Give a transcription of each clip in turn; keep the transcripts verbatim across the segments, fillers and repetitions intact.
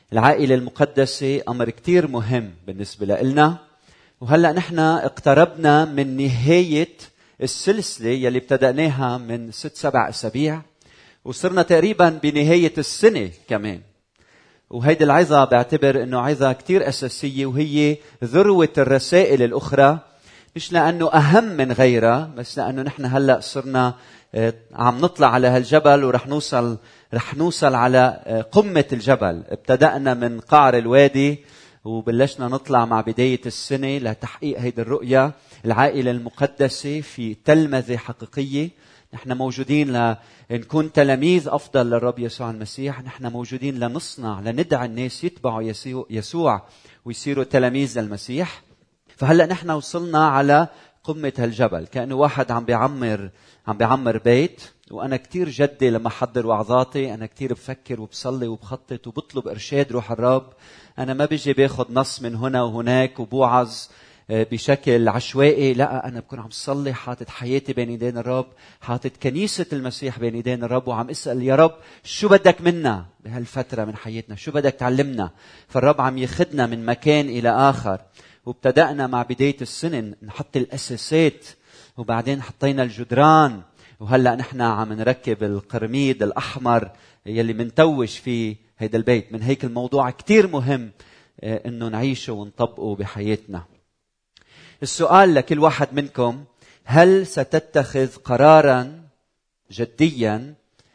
العائلة المقدسة أمر كتير مهم بالنسبة لنا. وهلأ نحن اقتربنا من نهاية السلسلة يلي ابتدأناها من ست سبع أسابيع، وصرنا تقريبا بنهاية السنة كمان. وهيدي العظة بعتبر أنه عظة كتير أساسية، وهي ذروة الرسائل الأخرى، مش لأنه أهم من غيرها، بس لأنه نحن هلأ صرنا عم نطلع على هالجبل ورح نوصل رح نوصل على قمة الجبل. ابتدأنا من قعر الوادي وبلشنا نطلع مع بداية السنة لتحقيق هيدي الرؤية، العائلة المقدسة في تلمذة حقيقية. نحن موجودين لنكون تلاميذ أفضل للرب يسوع المسيح، نحن موجودين لنصنع لندعي الناس يتبعوا يسوع ويصيروا تلاميذ للمسيح. فهلأ نحن وصلنا على قمة هالجبل، كأنه واحد عم بيعمر عم بيعمر بيت. وأنا كتير جدي لما حضر وعظاتي أنا كتير بفكر وبصلي وبخطط وبطلب إرشاد روح الرب. أنا ما بيجي باخد نص من هنا وهناك وبوعظ بشكل عشوائي، لا، أنا بكون عم صلي حاطط حياتي بين يدين الرب، حاطط كنيسة المسيح بين يدين الرب، وعم اسأل يا رب شو بدك منا بهالفترة من حياتنا، شو بدك تعلمنا. فالرب عم يخدنا من مكان إلى آخر. وابتدأنا مع بداية السنة نحط الأساسات، وبعدين حطينا الجدران، وهلأ نحن عم نركب القرميد الأحمر يلي منتوش في هيدا البيت. من هيك الموضوع كتير مهم إنه نعيشه ونطبقه بحياتنا. السؤال لكل واحد منكم: هل ستتخذ قراراً جدياً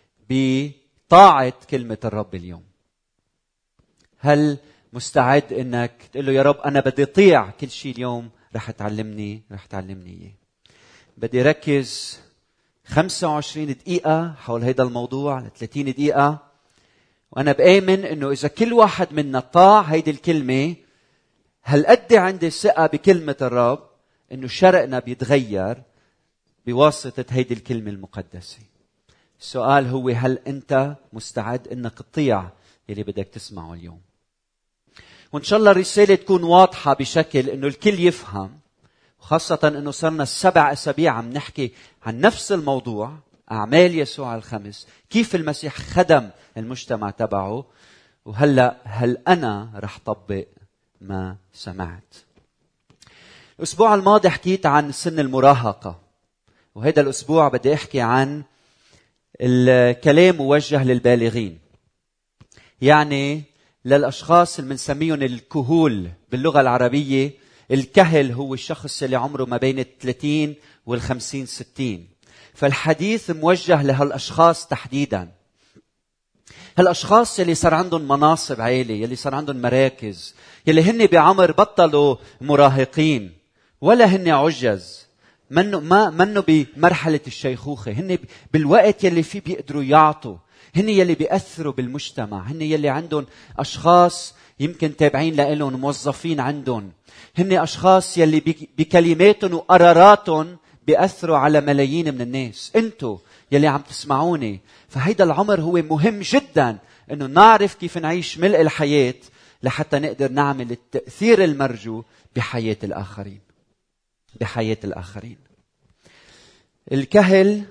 بطاعة كلمة الرب اليوم؟ هل مستعد إنك تقول له يا رب أنا بدي أطيع كل شيء اليوم رح تعلمني رح تعلمني إياه؟ بدي ركز خمسة وعشرين دقيقة حول هيدا الموضوع ل ثلاثين دقيقة، وأنا بآمن إنه إذا كل واحد منا طاع هيدي الكلمة، هل قد عندي ثقة بكلمة الرب إنه شرقنا بيتغير بواسطة هيدي الكلمة المقدسة. السؤال هو: هل أنت مستعد إنك تطيع يلي بدك تسمعه اليوم؟ وإن شاء الله الرسالة تكون واضحة بشكل إنه الكل يفهم، وخاصة إنه صرنا السبع أسابيع عم نحكي عن نفس الموضوع، أعمال يسوع الخمس، كيف المسيح خدم المجتمع تبعه. وهلأ هل أنا رح طبق ما سمعت؟ الأسبوع الماضي حكيت عن سن المراهقة، وهذا الأسبوع بدي أحكي عن الكلام موجه للبالغين، يعني للأشخاص اللي بنسميهم الكهول باللغة العربية. الكهل هو الشخص اللي عمره ما بين الثلاثين والخمسين ستين. فالحديث موجه لهالأشخاص تحديدا، هالأشخاص اللي صار عندهم مناصب عالية، يلي صار عندهم مراكز، يلي هن بعمر بطلوا مراهقين ولا هن عجز، منه ما منه بمرحلة الشيخوخة، هن بالوقت يلي فيه بيقدروا يعطوا، هن يلي بيأثروا بالمجتمع، هن يلي عندهم أشخاص يمكن تابعين لهم، موظفين عندهم، هن أشخاص يلي بكلماتهم وقراراتهم بيأثروا على ملايين من الناس. انتو يلي عم تسمعوني، فهيدا العمر هو مهم جدا انه نعرف كيف نعيش ملء الحياة لحتى نقدر نعمل التأثير المرجو بحياة الآخرين بحياة الآخرين. الكهل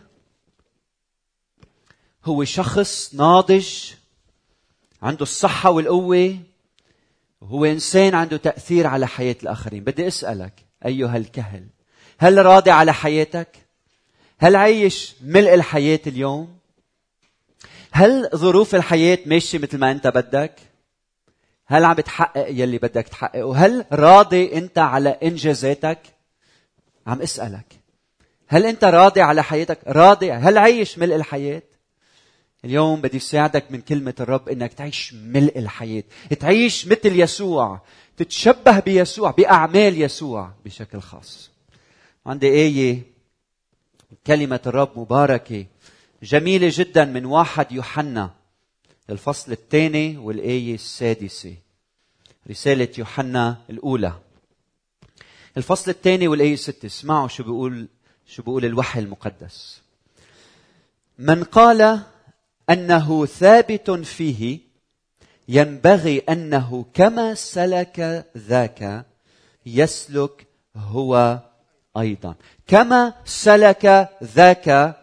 هو شخص ناضج عنده الصحة والقوة، وهو إنسان عنده تأثير على حياة الآخرين. بدي أسألك أيها الكهل، هل راضي على حياتك؟ هل عايش ملء الحياة اليوم؟ هل ظروف الحياة ماشية مثل ما أنت بدك؟ هل عم بتحقق يلي بدك تحققه؟ هل راضي أنت على إنجازاتك؟ عم أسألك، هل أنت راضي على حياتك؟ راضي؟ هل عايش ملء الحياة؟ اليوم بدي ساعدك من كلمة الرب إنك تعيش ملء الحياة، تعيش مثل يسوع، تتشبه بيسوع، بأعمال يسوع بشكل خاص. عندي آية كلمة الرب مباركة جميلة جدا من واحد يوحنا الفصل الثاني والآية السادسة. رسالة يوحنا الأولى الفصل الثاني والآية الستة. اسمعوا شو بيقول شو بيقول الوحي المقدس: من قال أنه ثابت فيه ينبغي أنه كما سلك ذاك يسلك هو أيضا. كما سلك ذاك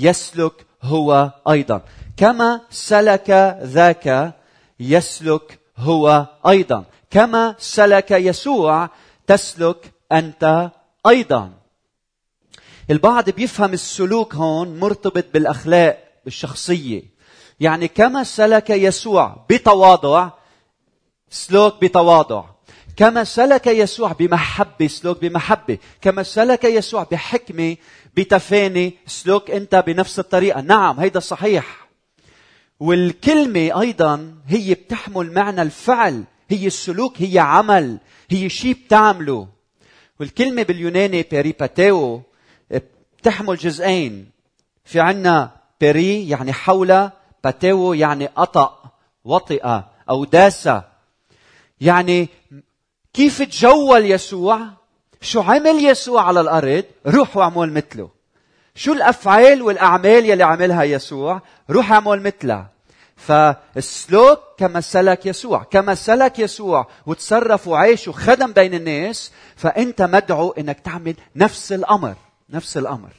يسلك هو أيضا. كما سلك ذاك يسلك هو أيضا. كما سلك يسوع تسلك أنت أيضا. البعض بيفهم السلوك هون مرتبط بالأخلاق بالشخصية. يعني كما سلك يسوع بتواضع سلوك بتواضع، كما سلك يسوع بمحبة سلوك بمحبة، كما سلك يسوع بحكمة بتفاني سلوك أنت بنفس الطريقة. نعم هيدا صحيح. والكلمة أيضا هي بتحمل معنى الفعل، هي السلوك، هي عمل، هي شيء بتعمله. والكلمة باليوناني بيريباتيو بتحمل جزئين. في عنا بيري يعني حول، باتيو يعني أطأ وطئ أو داسة. يعني كيف تجول يسوع، شو عمل يسوع على الأرض، روح واعمل مثله. شو الأفعال والأعمال يلي عملها يسوع، روح اعمل مثلها. فالسلوك كما سلك يسوع، كما سلك يسوع وتصرف وعيش وخدم بين الناس، فأنت مدعو أنك تعمل نفس الأمر نفس الأمر.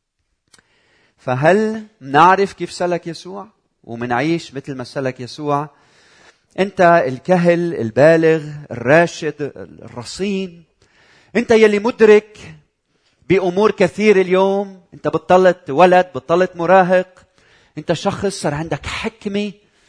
فهل نعرف كيف سلك يسوع ومنعيش مثل ما سلك يسوع؟ أنت الكهل البالغ الراشد الرصين، أنت يلي مدرك بأمور كثير اليوم، أنت بتطلت ولد بتطلت مراهق، أنت شخص صار عندك حكمة،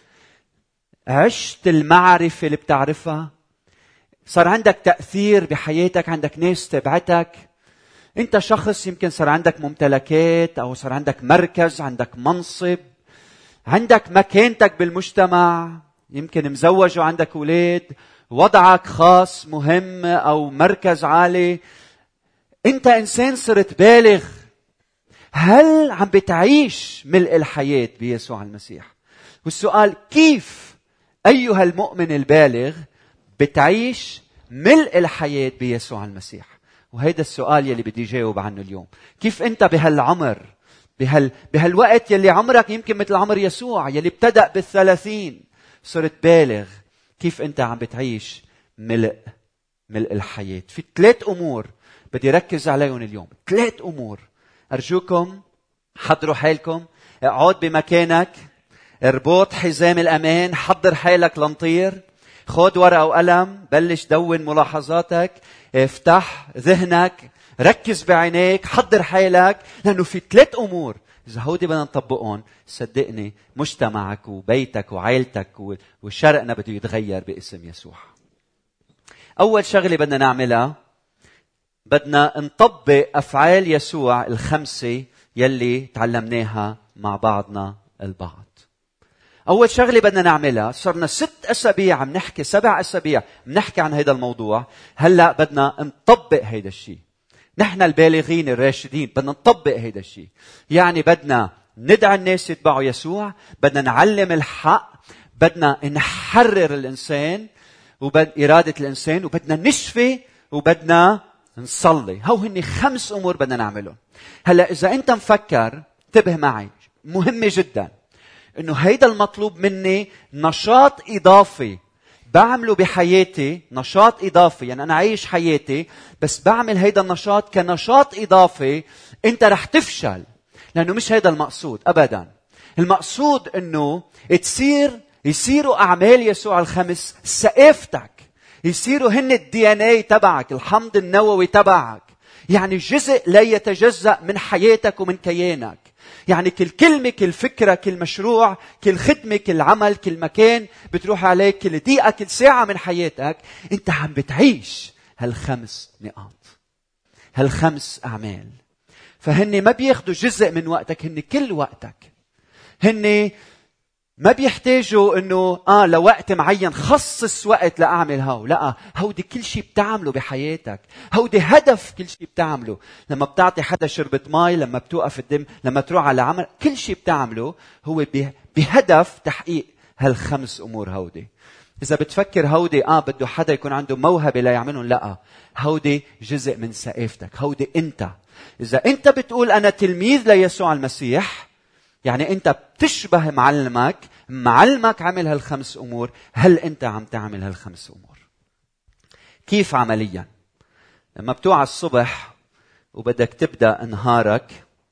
عشت المعرفة اللي بتعرفها، صار عندك تأثير بحياتك، عندك ناس تبعتك. أنت شخص يمكن صار عندك ممتلكات أو صار عندك مركز، عندك منصب، عندك مكانتك بالمجتمع، يمكن مزوج وعندك أولاد، وضعك خاص مهم أو مركز عالي. أنت إنسان صرت بالغ. هل عم بتعيش ملء الحياة بيسوع المسيح؟ والسؤال كيف أيها المؤمن البالغ بتعيش ملء الحياة بيسوع المسيح؟ وهيدا السؤال يلي بدي جاوب عنه اليوم. كيف أنت بهالعمر، بهال بهالوقت يلي عمرك يمكن مثل عمر يسوع يلي ابتدأ بالثلاثين، صرت بالغ، كيف أنت عم بتعيش ملء ملء الحياة؟ في ثلاث أمور بدي ركز عليهم اليوم. ثلاث أمور أرجوكم حضروا حالكم، اقعد بمكانك، اربط حزام الأمان، حضر حالك لنطير، خد ورقة وقلم، بلش دون ملاحظاتك، افتح ذهنك، ركز بعينيك، حضر حالك، لأنه في ثلاث أمور إذا هودي بدنا نطبقهم صدقني مجتمعك وبيتك وعائلتك وشرقنا بده يتغير باسم يسوع. أول شغلة بدنا نعملها، بدنا نطبق أفعال يسوع الخمسة يلي تعلمناها مع بعضنا البعض. أول شغلة بدنا نعملها، صرنا ست أسابيع عم نحكي، سبع أسابيع عم نحكي عن هذا الموضوع، هلأ بدنا نطبق هيدا الشيء. نحن البالغين الراشدين بدنا نطبق هيدا الشيء. يعني بدنا ندعي الناس يتبعوا يسوع، بدنا نعلم الحق، بدنا نحرر الإنسان وإرادة الإنسان، وبدنا نشفي، وبدنا نصلي. هو هني خمس أمور بدنا نعملهم. هلأ إذا أنت مفكر، انتبه معي، مهمة جدا إنه هيدا المطلوب مني نشاط إضافي بعمله بحياتي، نشاط إضافي. يعني أنا عايش حياتي بس بعمل هيدا النشاط كنشاط إضافي. أنت رح تفشل، لأنه مش هيدا المقصود أبدا. المقصود إنه تصير يصيروا أعمال يسوع الخمس سقافتك، يصيروا هن الدي ان اي تبعك، الحمض النووي تبعك. يعني جزء لا يتجزأ من حياتك ومن كيانك. يعني كل كلمة، كل فكرة، كل مشروع، كل خدمة، كل عمل، كل مكان بتروح عليه، كل دقيقة، كل ساعة من حياتك انت عم بتعيش هالخمس نقاط، هالخمس أعمال. فهن ما بياخدوا جزء من وقتك، هن كل وقتك. هن ما بيحتاجوا انه اه لوقت معين خصص وقت لاعمل هاو، لا، هودي كل شيء بتعمله بحياتك، هودي هدف كل شيء بتعمله. لما بتعطي حدا شربة ماء، لما بتوقف الدم، لما تروح على عمل، كل شيء بتعمله هو بهدف تحقيق هالخمس امور هودي. اذا بتفكر هودي اه بده حدا يكون عنده موهبة لا يعملهم، لا، هودي جزء من سقافتك، هودي انت. اذا انت بتقول انا تلميذ ليسوع المسيح، يعني أنت بتشبه معلمك، معلمك عمل هالخمس أمور، هل أنت عم تعمل هالخمس أمور؟ كيف عمليا؟ لما بتوعى الصبح وبدك تبدأ نهارك،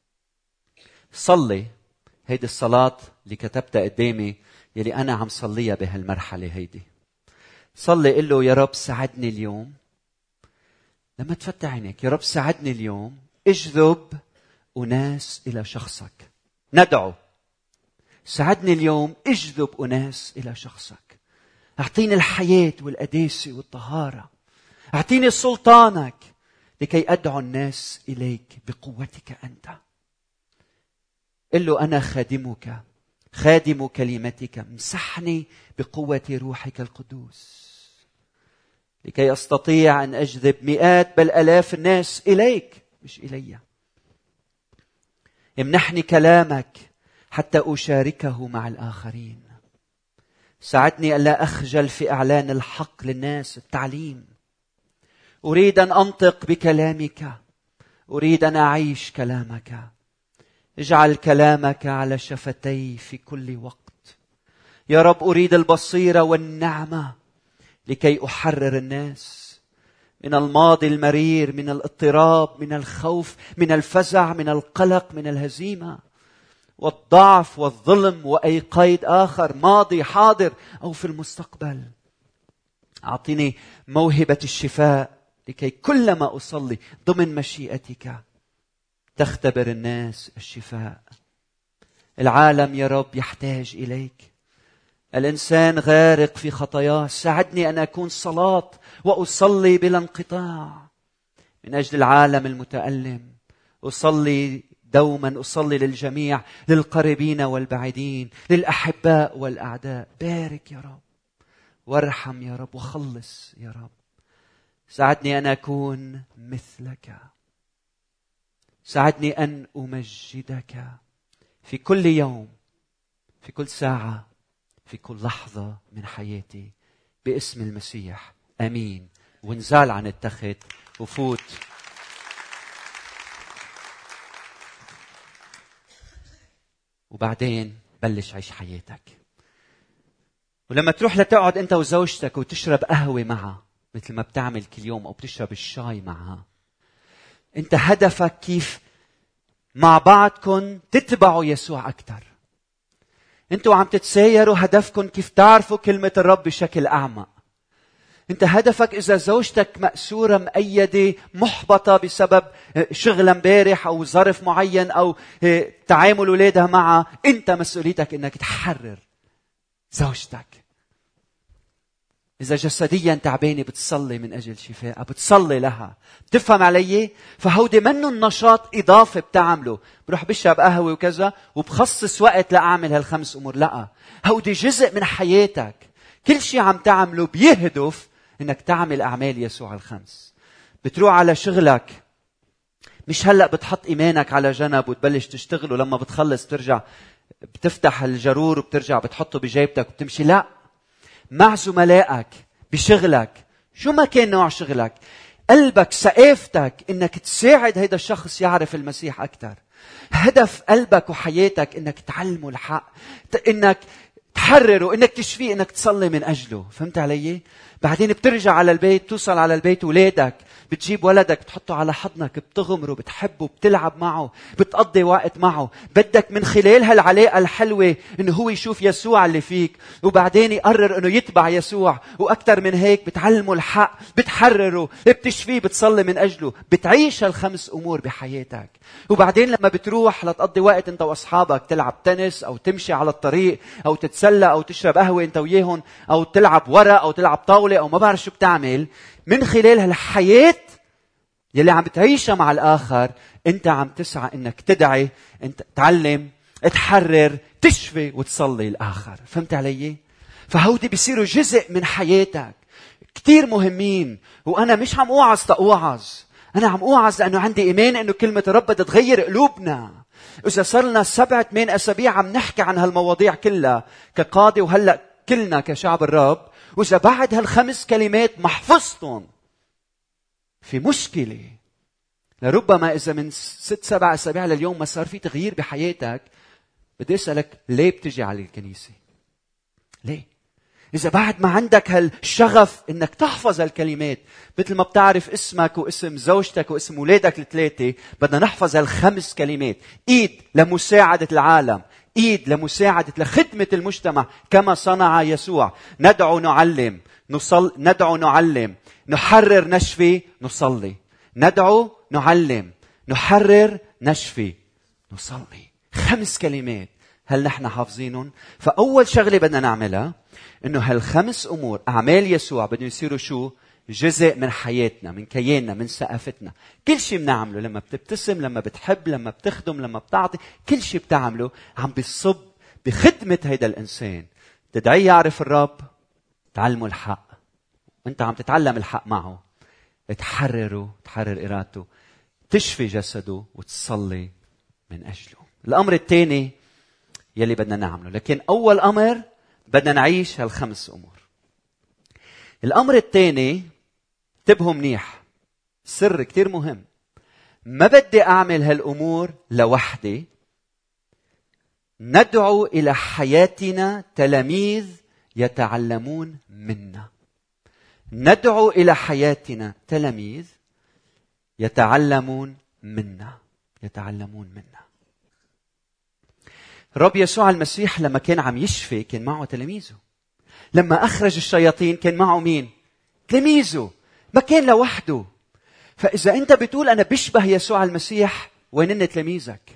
صلي هيدي الصلاة اللي كتبتها قدامي، يلي أنا عم صليها بهالمرحلة هيدي. صلي قل له: يا رب ساعدني اليوم لما تفتح عينيك، يا رب ساعدني اليوم اجذب أناس إلى شخصك. ندعو: ساعدني اليوم اجذب أناس إلى شخصك. أعطيني الحياة والقداسة والطهارة. أعطيني سلطانك لكي أدعو الناس إليك بقوتك أنت. قل له: أنا خادمك، خادم كلمتك، امسحني بقوة روحك القدوس لكي أستطيع أن أجذب مئات بل آلاف الناس إليك مش إلي. امنحني كلامك حتى أشاركه مع الآخرين. ساعدني ألا أخجل في إعلان الحق للناس، التعليم. أريد أن أنطق بكلامك، أريد أن أعيش كلامك. اجعل كلامك على شفتي في كل وقت. يا رب أريد البصيرة والنعمة لكي أحرر الناس من الماضي المرير، من الاضطراب، من الخوف، من الفزع، من القلق، من الهزيمة والضعف والظلم وأي قيد آخر ماضي حاضر أو في المستقبل. أعطني موهبة الشفاء لكي كلما أصلي ضمن مشيئتك تختبر الناس الشفاء. العالم يا رب يحتاج إليك. الإنسان غارق في خطاياه. ساعدني أن أكون صلاة وأصلي بلا انقطاع من أجل العالم المتألم. أصلي دوما، أصلي للجميع، للقريبين والبعيدين، للأحباء والأعداء. بارك يا رب وارحم يا رب وخلص يا رب. ساعدني أن أكون مثلك. ساعدني أن أمجدك في كل يوم، في كل ساعة، في كل لحظة من حياتي باسم المسيح. أمين. ونزال عن التخت وفوت. وبعدين بلش عيش حياتك. ولما تروح لتقعد أنت وزوجتك وتشرب قهوة معها مثل ما بتعمل كل يوم، أو بتشرب الشاي معها، أنت هدفك كيف مع بعضكم تتبعوا يسوع أكثر. أنتوا عم تتسايروا، هدفكم كيف تعرفوا كلمة الرب بشكل أعمق. أنت هدفك إذا زوجتك مأسورة، مؤيدة، محبطة بسبب شغل امبارح أو ظرف معين أو تعامل أولادها معها، أنت مسؤوليتك إنك تحرر زوجتك. إذا جسديا تعبانة بتصلي من أجل شفاء، بتصلي لها. بتفهم علي؟ فهودي منه النشاط إضافي بتعمله، بروح بشرب قهوة وكذا وبخصص وقت لأعمل هالخمس أمور. لا، هودي جزء من حياتك. كل شيء عم تعمله بيهدف إنك تعمل أعمال يسوع الخمس. بتروح على شغلك، مش هلأ بتحط إيمانك على جنب وتبلش تشتغل ولما بتخلص ترجع بتفتح الجرور وبترجع بتحطه بجيبتك وبتمشي. لا، مع زملائك بشغلك، شو ما كان نوع شغلك، قلبك سقافتك إنك تساعد هيدا الشخص يعرف المسيح أكثر. هدف قلبك وحياتك إنك تعلمه الحق، إنك تحرره، إنك تشفيه، إنك تصلي من أجله. فهمت علي؟ بعدين بترجع على البيت، توصل على البيت ولادك، بتجيب ولدك بتحطه على حضنك، بتغمره، بتحبه، بتلعب معه، بتقضي وقت معه. بدك من خلال هالعلاقة الحلوة إنه هو يشوف يسوع اللي فيك، وبعدين يقرر إنه يتبع يسوع. وأكثر من هيك بتعلمه الحق، بتحرره، بتشفيه، بتصلي من أجله، بتعيش هالخمس أمور بحياتك. وبعدين لما بتروح لتقضي وقت أنت وأصحابك، تلعب تنس أو تمشي على الطريق أو تتسلى أو تشرب قهوة أنت وياهم أو تلعب ورق أو تلعب طاولة أو ما بعرف شو بتعمل، من خلال هالحياة يلي عم بتعيشها مع الآخر أنت عم تسعى إنك تدعي، أنت تعلم، تحرر، تشفي وتصلي الآخر. فهمت علي؟ فهودي بيصيروا جزء من حياتك كتير مهمين. وأنا مش عم أوعظ تأوعظ، أنا عم أوعظ لأنه عندي إيمان إنه كلمة الرب بدها تغير قلوبنا. إذا صار لنا سبعة ثمان أسابيع عم نحكي عن هالمواضيع كلها كقاضي، وهلأ كلنا كشعب الرب، وإذا بعد هالخمس كلمات محفظتهم، في مشكلة. لربما إذا من ست سبع أسابيع لليوم ما صار في تغيير بحياتك، بدي أسألك ليه بتجي على الكنيسة؟ ليه؟ إذا بعد ما عندك هالشغف إنك تحفظ هالكلمات، مثل ما بتعرف اسمك واسم زوجتك واسم ولادك الثلاثة، بدنا نحفظ هالخمس كلمات. إيد لمساعدة العالم، إيد لمساعدة لخدمة المجتمع كما صنع يسوع. ندعو، نعلم، نصل ندعو نعلم، نحرر نشفي نصلي. ندعو نعلم، نحرر نشفي نصلي. خمس كلمات. هل نحن حافظينهم؟ فأول شغلة بدنا نعملها إنه هالخمس أمور أعمال يسوع بدهم يصيروا شو؟ جزء من حياتنا، من كياننا، من ثقافتنا. كل شيء بنعمله، لما بتبتسم، لما بتحب، لما بتخدم، لما بتعطي، كل شيء بتعمله عم بيصب بخدمة هيدا الإنسان. تدعيه يعرف الرب، تعلمه الحق، وانت عم تتعلم الحق معه، تحرره، تحرر إرادته، تشفي جسده وتصلي من أجله. الأمر الثاني يلي بدنا نعمله، لكن أول أمر بدنا نعيش هالخمس أمور. الأمر الثاني انتبهوا منيح، سر كتير مهم. ما بدي أعمل هالأمور لوحدي. ندعو إلى حياتنا تلاميذ يتعلمون منا. ندعو إلى حياتنا تلاميذ يتعلمون منا. يتعلمون منا. الرب يسوع المسيح لما كان عم يشفي كان معه تلاميذه. لما أخرج الشياطين كان معه مين؟ تلاميذه. ما كان لوحده. فإذا أنت بتقول أنا بشبه يسوع المسيح، وينن تلاميذك؟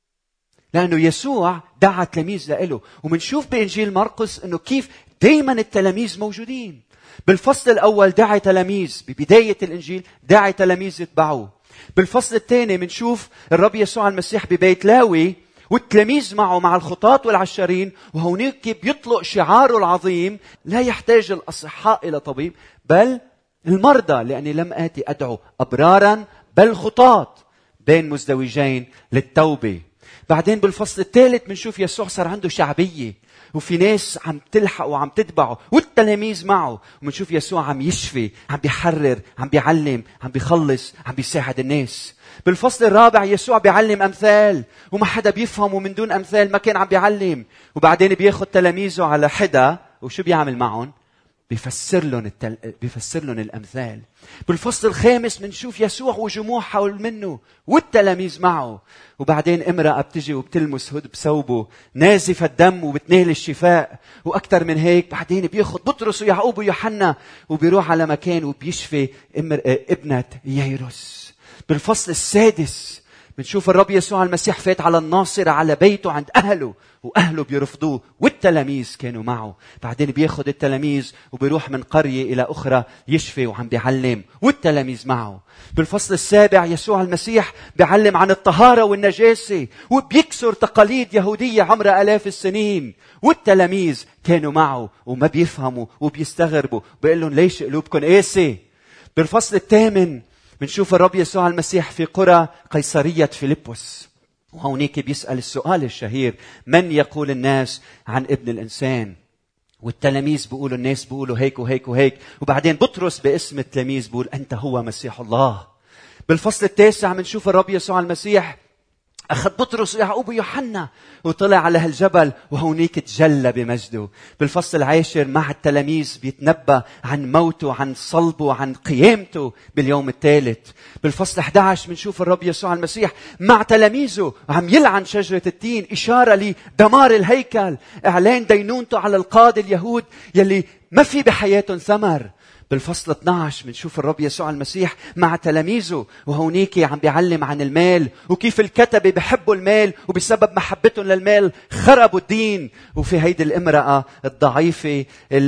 لأنه يسوع دعا تلاميذ لإله. ومنشوف بإنجيل مرقس أنه كيف دايما التلاميذ موجودين. بالفصل الأول دعا تلاميذ، ببداية الإنجيل دعا تلاميذ يتبعوه. بالفصل الثاني منشوف الرب يسوع المسيح ببيت لاوي والتلاميذ معه مع الخطاة والعشارين، وهونيك بيطلق شعاره العظيم: لا يحتاج الأصحاء إلى طبيب بل المرضى، لأني لم آتي أدعو أبرارا بل خطاة بين مزدوجين للتوبة. بعدين بالفصل الثالث بنشوف يسوع صار عنده شعبية، وفي ناس عم تلحق وعم تتبعه والتلاميذ معه، وبنشوف يسوع عم يشفي، عم بيحرر، عم بيعلم، عم بيخلص، عم بيساعد الناس. بالفصل الرابع يسوع بيعلم أمثال، وما حدا بيفهمه من دون أمثال، ما كان عم بيعلم. وبعدين بياخد تلاميذه على حدا، وشو بيعمل معهم؟ بيفسر لهم التل... بيفسر لهم الأمثال. بالفصل الخامس بنشوف يسوع وجموع حول منه والتلاميذ معه. وبعدين امرأة بتجي وبتلمس هد بثوبه نازف الدم وبتنال الشفاء. وأكثر من هيك بعدين بياخد بطرس ويعقوب ويوحنا وبيروح على مكان وبيشفي امر... ابنة ييروس. بالفصل السادس بنشوف الرب يسوع المسيح فات على الناصرة، على بيته عند أهله، وأهله بيرفضوه والتلاميذ كانوا معه. بعدين بياخد التلاميذ وبيروح من قرية إلى أخرى يشفي وعم بيعلم والتلاميذ معه. بالفصل السابع يسوع المسيح بيعلم عن الطهارة والنجاسة وبيكسر تقاليد يهودية عمر آلاف السنين والتلاميذ كانوا معه وما بيفهموا وبيستغربوا، بيقول لهم ليش قلوبكم قاسية. بالفصل الثامن بنشوف الرب يسوع المسيح في قرى قيصرية فيلبس، وهونيك بيسأل السؤال الشهير: من يقول الناس عن ابن الإنسان؟ والتلاميذ بيقولوا، الناس بيقولوا هيك وهيك وهيك. وبعدين بطرس باسم التلاميذ بيقول: أنت هو مسيح الله. بالفصل التاسع بنشوف الرب يسوع المسيح أخذ بطرس ويعقوب ويوحنا وطلع على هالجبل، وهونيك تجلى بمجده. بالفصل العاشر مع التلاميذ بيتنبأ عن موته، عن صلبه، عن قيامته باليوم الثالث. بالفصل أحد عشر بنشوف الرب يسوع المسيح مع تلاميذه عم يلعن شجرة التين، إشارة لدمار الهيكل، إعلان دينونته على القادة اليهود يلي ما في بحياتهم ثمر. بالفصل اثني عشر بنشوف الرب يسوع المسيح مع تلاميذه وهونيك عم بيعلم عن المال وكيف الكتبة بيحبوا المال وبسبب محبتهم للمال خربوا الدين. وفي هيدي الامرأة الضعيفة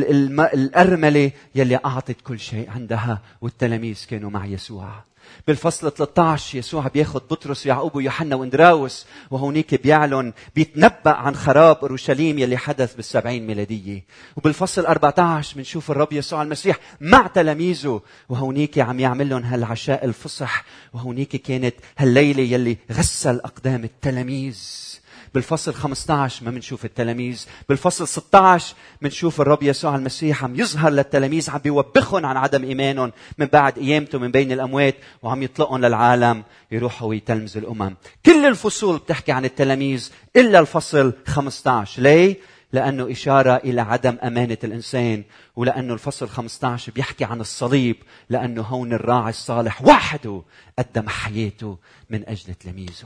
الأرملة يلي أعطت كل شيء عندها والتلاميذ كانوا مع يسوع. بالفصل ثلاثة عشر يسوع بياخد بطرس ويعقوب ويوحنا واندراوس وهونيك بيعلن بيتنبأ عن خراب أورشليم يلي حدث بالسبعين ميلادية. وبالفصل أربعة عشر بنشوف الرب يسوع المسيح مع تلاميذه وهونيك عم يعمل لهم هالعشاء الفصح، وهونيك كانت هالليلة يلي غسل أقدام التلاميذ. بالفصل خمسة عشر ما منشوف التلاميذ. بالفصل ستة عشر منشوف الرب يسوع المسيح عم يظهر للتلاميذ، عم بيوبخهم عن عدم إيمانهم من بعد قيامته من بين الأموات، وعم يطلقهم للعالم يروحوا ويتلمذوا الأمم. كل الفصول بتحكي عن التلاميذ إلا الفصل خمسة عشر. ليه؟ لأنه إشارة إلى عدم أمانة الإنسان، ولأنه الفصل خمسة عشر بيحكي عن الصليب، لأنه هون الراعي الصالح وحده قدم حياته من أجل تلاميذه.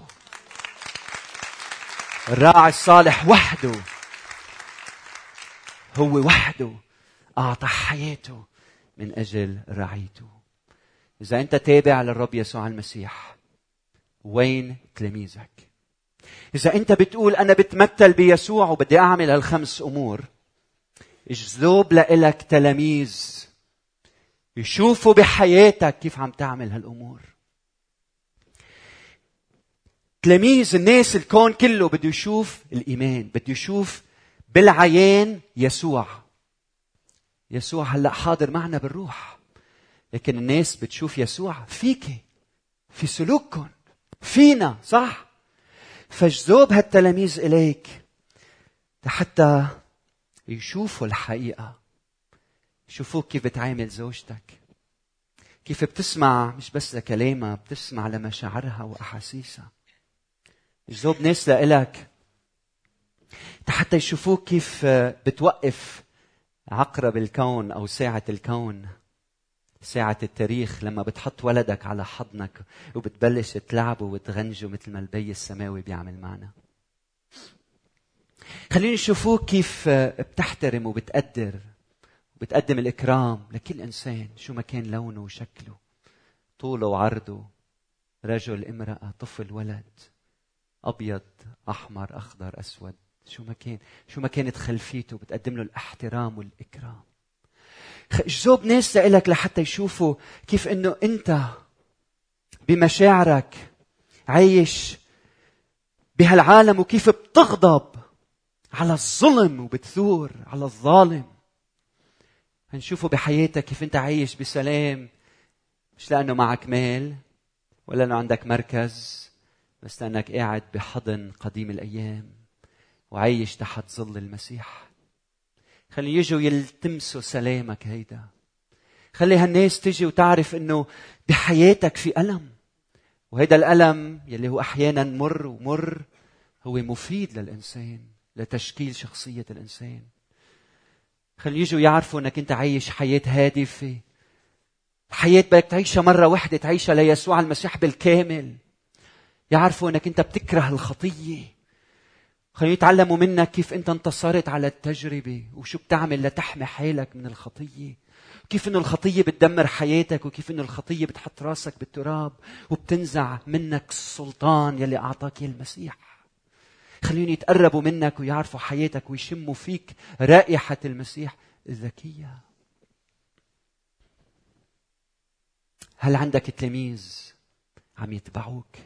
الراعي الصالح وحده، هو وحده أعطى حياته من أجل رعيته. إذا أنت تابع للرب يسوع المسيح، وين تلاميذك؟ إذا أنت بتقول أنا بتمثل بيسوع وبدي أعمل هالخمس أمور، اجذب لإلك تلاميذ يشوفوا بحياتك كيف عم تعمل هالأمور. تلاميذ الناس، الكون كله بده يشوف الإيمان، بده يشوف بالعيان يسوع. يسوع هلأ حاضر معنا بالروح، لكن الناس بتشوف يسوع فيك، في سلوككم، فينا، صح؟ فاجذب هالتلاميذ إليك حتى يشوفوا الحقيقة، يشوفوك كيف بتعامل زوجتك، كيف بتسمع مش بس لكلامها، بتسمع لمشاعرها وأحاسيسها. اجذب ناس لإلك حتى يشوفوك كيف بتوقف عقرب الكون أو ساعة الكون، ساعة التاريخ، لما بتحط ولدك على حضنك وبتبلش تلعبه وتغنجه مثل ما البي السماوي بيعمل معنا. خليني يشوفوك كيف بتحترم وبتقدر وبتقدم الإكرام لكل إنسان، شو ما كان لونه وشكله، طوله وعرضه، رجل، امرأة، طفل، ولد، أبيض، أحمر، أخضر، أسود، شو ما كان، شو ما كانت خلفيته، بتقدم له الاحترام والإكرام. اجذب ناس لإلك لحتى يشوفوا كيف إنه أنت بمشاعرك عايش بهالعالم، وكيف بتغضب على الظلم وبتثور على الظالم. هنشوفوا بحياتك كيف أنت عايش بسلام، مش لأنه معك مال ولا لأنه عندك مركز، بس لأنك قاعد بحضن قديم الأيام وعايش تحت ظل المسيح. خلي يجوا يلتمسوا سلامك هيدا. خلي هالناس تجي وتعرف إنه بحياتك في ألم، وهيدا الألم يلي هو أحيانا مر ومر هو مفيد للإنسان، لتشكيل شخصية الإنسان. خلي يجوا يعرفوا إنك أنت عايش حياة هادفة، حياة بدك تعيشها مرة واحدة، تعيشها ليسوع المسيح بالكامل. يعرفوا إنك أنت بتكره الخطية. خلينا يتعلموا منك كيف أنت انتصرت على التجربة، وشو بتعمل لتحمي حالك من الخطية، كيف إنه الخطية بتدمر حياتك، وكيف إنه الخطية بتحط راسك بالتراب وبتنزع منك السلطان يلي أعطاك إياه المسيح. خليهم يتقربوا منك ويعرفوا حياتك ويشموا فيك رائحة المسيح الذكية. هل عندك تلاميذ عم يتبعوك؟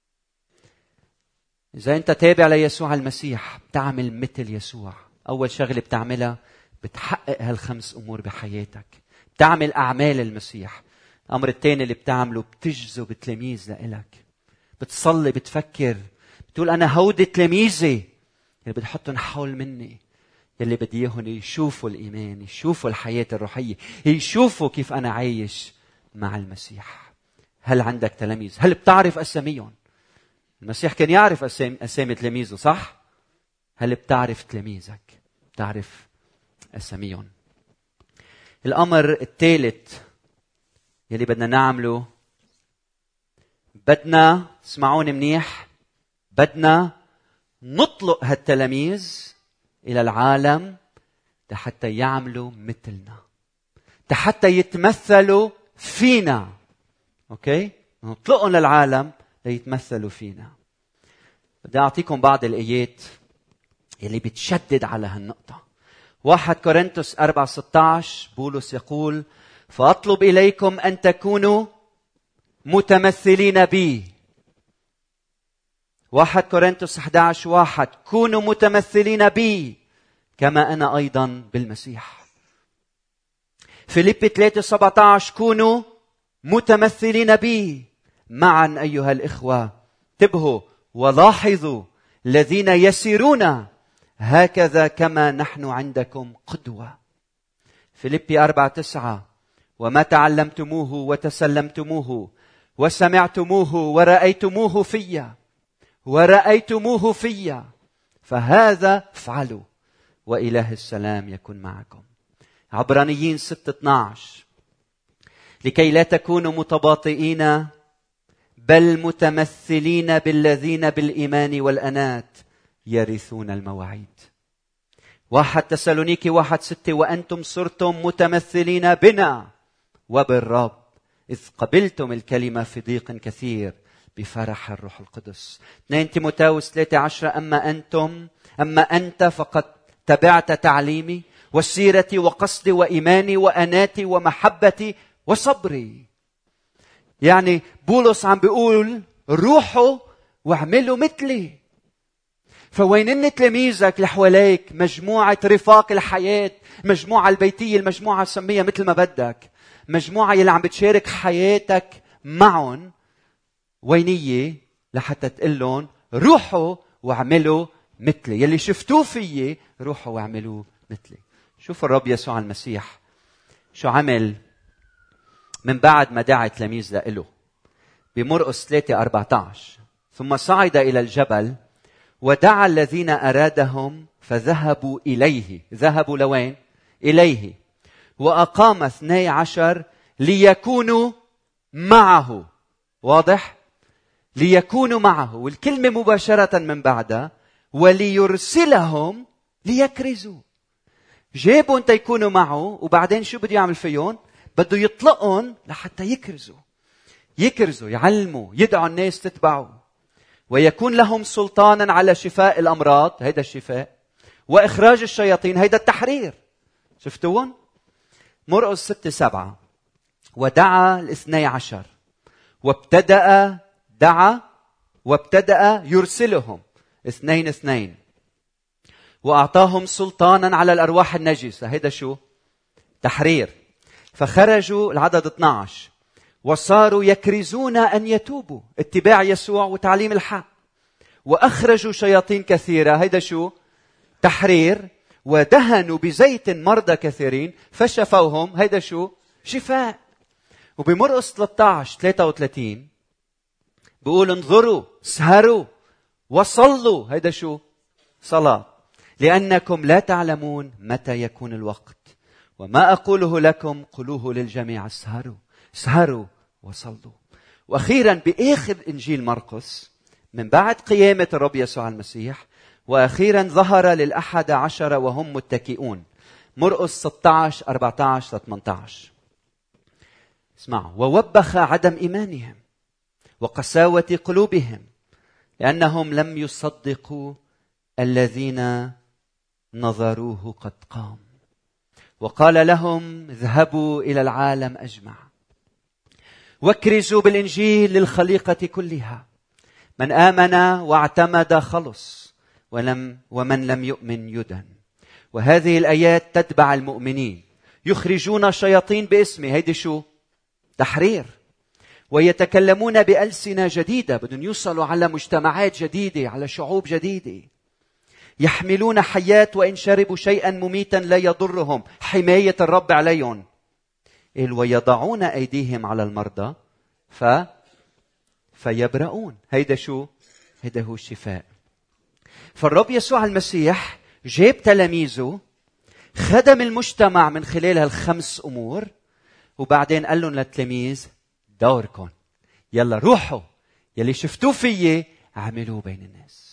إذا أنت تابع ليسوع المسيح بتعمل مثل يسوع. أول شغلة بتعملها بتحقق هالخمس أمور بحياتك، بتعمل أعمال المسيح. الأمر الثاني اللي بتعمله بتجذب تلاميذ لإلك. بتصلي، بتفكر، بتقول أنا هودي تلاميذي اللي بتحطهم حول مني، يلي بدي إياهم يشوفوا الإيمان، يشوفوا الحياة الروحية، يشوفوا كيف أنا عايش مع المسيح. هل عندك تلاميذ؟ هل بتعرف أساميهم؟ المسيح كان يعرف أسامي, أسامي تلاميذه، صح؟ هل بتعرف تلاميذك؟ بتعرف أساميهم؟ الأمر الثالث يلي بدنا نعمله، بدنا، اسمعوني منيح، بدنا نطلق هالتلاميذ إلى العالم حتى يعملوا مثلنا، حتى يتمثلوا فينا. أوكي؟ نطلقهم للعالم ليتمثلوا فينا. بدي أعطيكم بعض الآيات يلي بتشدد على هالنقطة. واحد كورنثوس أربعة ستة عشر بولس يقول: فأطلب إليكم أن تكونوا متمثلين بي. واحد كورنثوس أحد عشر واحد: كونوا متمثلين بي كما أنا أيضا بالمسيح. فيليبي ثلاثة سبعة عشر: كونوا متمثلين بي معا أيها الإخوة، انتبهوا ولاحظوا الذين يسيرون هكذا كما نحن عندكم قدوة. فيليبي أربعة تسعة: وما تعلمتموه وتسلمتموه وسمعتموه ورأيتموه فيا ورأيتموه فيا فهذا افعلوا وإله السلام يكون معكم. عبرانيين ستة اثنا عشر: لكي لا تكونوا متباطئين بل متمثلين بالذين بالإيمان والأنات يرثون المواعيد. واحد تسالونيكي واحد ستة، وأنتم صرتم متمثلين بنا وبالرب إذ قبلتم الكلمة في ضيق كثير بفرح الروح القدس. اثنين تيموثاوس ثلاثة عشرة، أما أنتم أما أنت فقد تبعت تعليمي وسيرتي وقصدي وإيماني وأناتي ومحبتي وصبري. يعني بولس عم بيقول روحوا واعملوا مثلي. فوينن تلاميذك اللي حواليك؟ مجموعة رفاق الحياة، مجموعة البيتية، المجموعة سميها مثل ما بدك، مجموعة يلي عم بتشارك حياتك معهم. وينية لحتى تقول لهم روحوا واعملوا مثلي، يلي شفتوه فيي روحوا واعملوا مثلي. شوف الرب يسوع المسيح شو عمل من بعد ما دعا تلاميذ لإله بمرقس ثلاثة أربعة عشر. ثم صعد إلى الجبل ودعا الذين أرادهم فذهبوا إليه. ذهبوا لوين؟ إليه. وأقام اثني عشر ليكونوا معه. واضح؟ ليكونوا معه. والكلمة مباشرة من بعدها وليرسلهم ليكرزوا. جابوا انت يكونوا معه، وبعدين شو بده يعمل فيهم؟ بده يطلقهم لحتى يكرزوا. يكرزوا، يعلموا، يدعوا الناس تتبعوا. ويكون لهم سلطانا على شفاء الأمراض، هيدا الشفاء، وإخراج الشياطين، هيدا التحرير. شفتوهم؟ مرقس ستة سبعة. ودعا الاثني عشر وابتدأ دعا وابتدأ يرسلهم اثنين اثنين، وأعطاهم سلطانا على الأرواح النجسة، هيدا شو؟ تحرير. فخرجوا العدد اثني عشر وصاروا يكرزون أن يتوبوا، اتباع يسوع وتعليم الحق. وأخرجوا شياطين كثيرة، هيدا شو؟ تحرير. ودهنوا بزيت مرضى كثيرين فشفوهم، هيدا شو؟ شفاء. وبمرقس ثلاثة عشر ثلاثة وثلاثين بيقول انظروا اسهروا وصلوا، هيدا شو؟ صلاة. لأنكم لا تعلمون متى يكون الوقت، وما أقوله لكم قلوه للجميع. اسهروا اسهروا وصلوا. وأخيرا بآخر إنجيل مرقس من بعد قيامة الرب يسوع المسيح، وأخيرا ظهر للأحد عشر وهم متكئون. مرقس ستة عشر أربعة عشر ثمانية عشر. اسمعوا. ووبخ عدم إيمانهم وقساوة قلوبهم لأنهم لم يصدقوا الذين نظروه قد قام. وقال لهم اذهبوا إلى العالم أجمع واكرزوا بالإنجيل للخليقة كلها. من آمن واعتمد خلص، ولم ومن لم يؤمن يدن. وهذه الآيات تتبع المؤمنين. يخرجون شياطين باسمي، هيدي شو؟ تحرير. ويتكلمون بألسنة جديدة، بدهم يوصلوا على مجتمعات جديدة، على شعوب جديدة. يحملون حيات وإن شربوا شيئا مميتا لا يضرهم، حماية الرب عليهم. ويضعون أيديهم على المرضى ف... فيبرؤون، هيدا شو؟ هيدا هو الشفاء. فالرب يسوع المسيح جاب تلاميذه، خدم المجتمع من خلال هالخمس أمور، وبعدين قال لهم للتلاميذ دوركم، يلا روحوا، يلي شفتوه فيي عملوه بين الناس.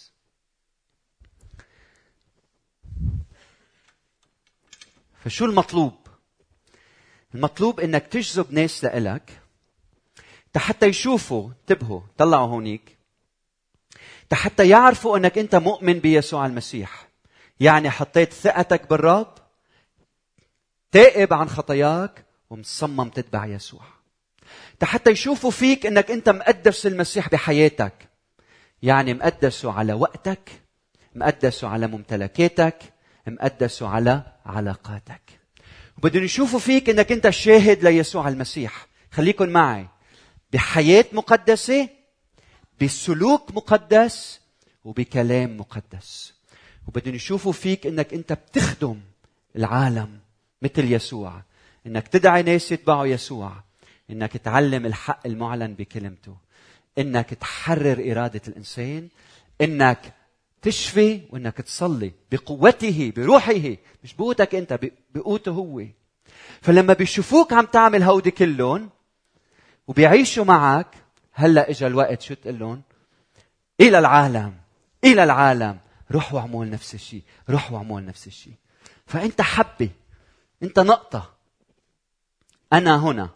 فشو المطلوب؟ المطلوب انك تجذب ناس لإلك حتى يشوفوا، انتبهوا طلعوا هونيك، حتى يعرفوا انك انت مؤمن بيسوع المسيح. يعني حطيت ثقتك بالرب، تائب عن خطاياك ومصمم تتبع يسوع. حتى يشوفوا فيك انك انت مقدس المسيح بحياتك، يعني مقدسه على وقتك، مقدسه على ممتلكاتك، مقدسه على علاقاتك. وبدهم يشوفوا فيك انك انت شاهد ليسوع المسيح. خليكن معي، بحياة مقدسة، بسلوك مقدس، وبكلام مقدس. وبدهم يشوفوا فيك انك انت بتخدم العالم مثل يسوع، انك تدعي ناس يتبعوا يسوع، انك تعلم الحق المعلن بكلمته، انك تحرر إرادة الإنسان، انك تشفي، وانك تصلي بقوته بروحه، مش بقوتك انت، بقوته هو. فلما بيشوفوك عم تعمل هودي كلهم وبيعيشوا معك، هلا اجا الوقت شو تقول لهم؟ الى العالم، الى العالم، روحوا اعملوا نفس الشيء، روحوا اعملوا نفس الشيء. فأنت حبة، أنت نقطة، أنا هنا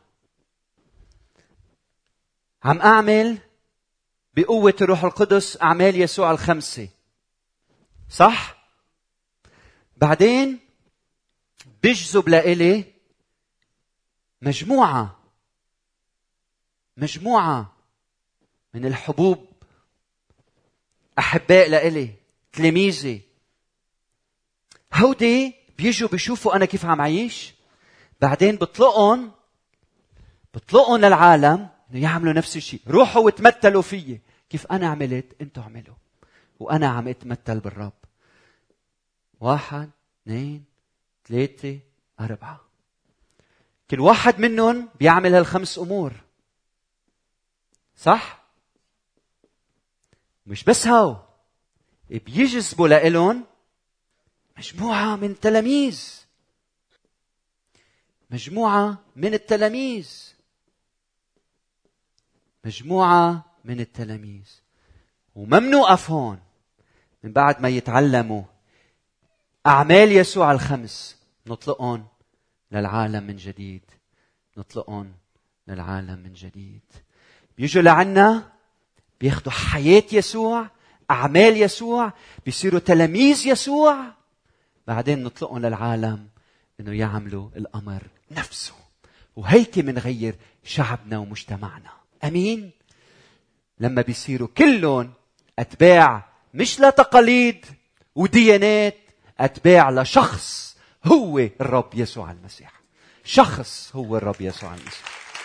عم أعمل بقوة الروح القدس أعمال يسوع الخمسة، صح؟ بعدين بيجذب لإلي مجموعة مجموعة من الحبوب، أحباء لإلي، تلاميذي. هودي بيجوا بيشوفوا أنا كيف عم عيش، بعدين بطلقهم بطلقهم للعالم إنه يعملوا نفس الشيء. روحوا وتمثلوا فيي كيف أنا عملت، أنتوا عملوا، وأنا عم أتمثل بالرب. واحد، اثنين، ثلاثة، أربعة. كل واحد منهم بيعمل هالخمس أمور، صح؟ مش بس هاو، بيجذبوا لإلهم مجموعة من التلاميذ، مجموعة من التلاميذ مجموعة من التلاميذ وما منوقف هون. من بعد ما يتعلموا أعمال يسوع الخمس نطلقهم للعالم من جديد، نطلقهم للعالم من جديد. بيجوا لعنا، بياخدوا حياة يسوع، أعمال يسوع، بيصيروا تلاميذ يسوع، بعدين نطلقهم للعالم إنه يعملوا الأمر نفسه. وهيك منغير شعبنا ومجتمعنا. أمين؟ لما بيصيروا كلهم أتباع مش لتقاليد وديانات، أتباع لشخص هو الرب يسوع المسيح. شخص هو الرب يسوع المسيح.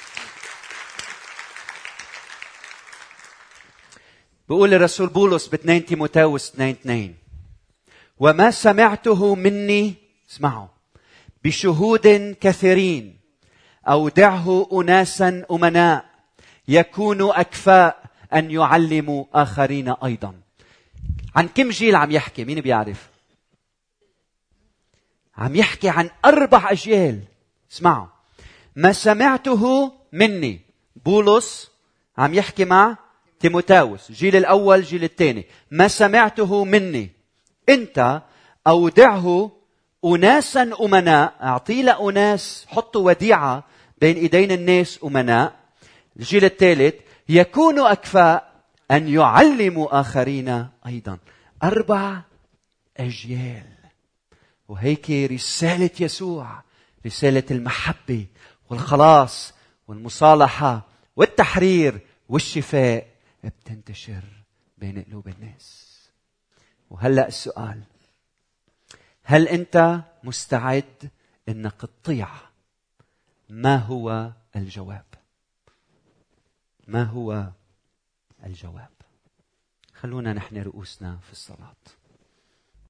بيقول الرسول بولس باثنين تيموثاوس اثنين اثنين: وما سمعته مني، اسمعوا، بشهود كثيرين أودعه أناسا أمناء يكونوا أكفاء أن يعلموا آخرين أيضا. عن كم جيل عم يحكي؟ مين بيعرف؟ عم يحكي عن أربع أجيال. اسمعوا، ما سمعته مني. بولس عم يحكي مع تيموثاوس، جيل الأول جيل الثاني. ما سمعته مني، أنت أودعه أناسا أمناء، أعطي لأناس، حطوا وديعة بين إيدين الناس أمناء. الجيل الثالث يكونوا أكفاء أن يعلموا آخرين أيضا. أربع أجيال. وهيك رسالة يسوع، رسالة المحبة والخلاص والمصالحة والتحرير والشفاء بتنتشر بين قلوب الناس. وهلأ السؤال: هل أنت مستعد أنك تطيع؟ ما هو الجواب؟ ما هو الجواب؟ خلونا نحن رؤوسنا في الصلاة.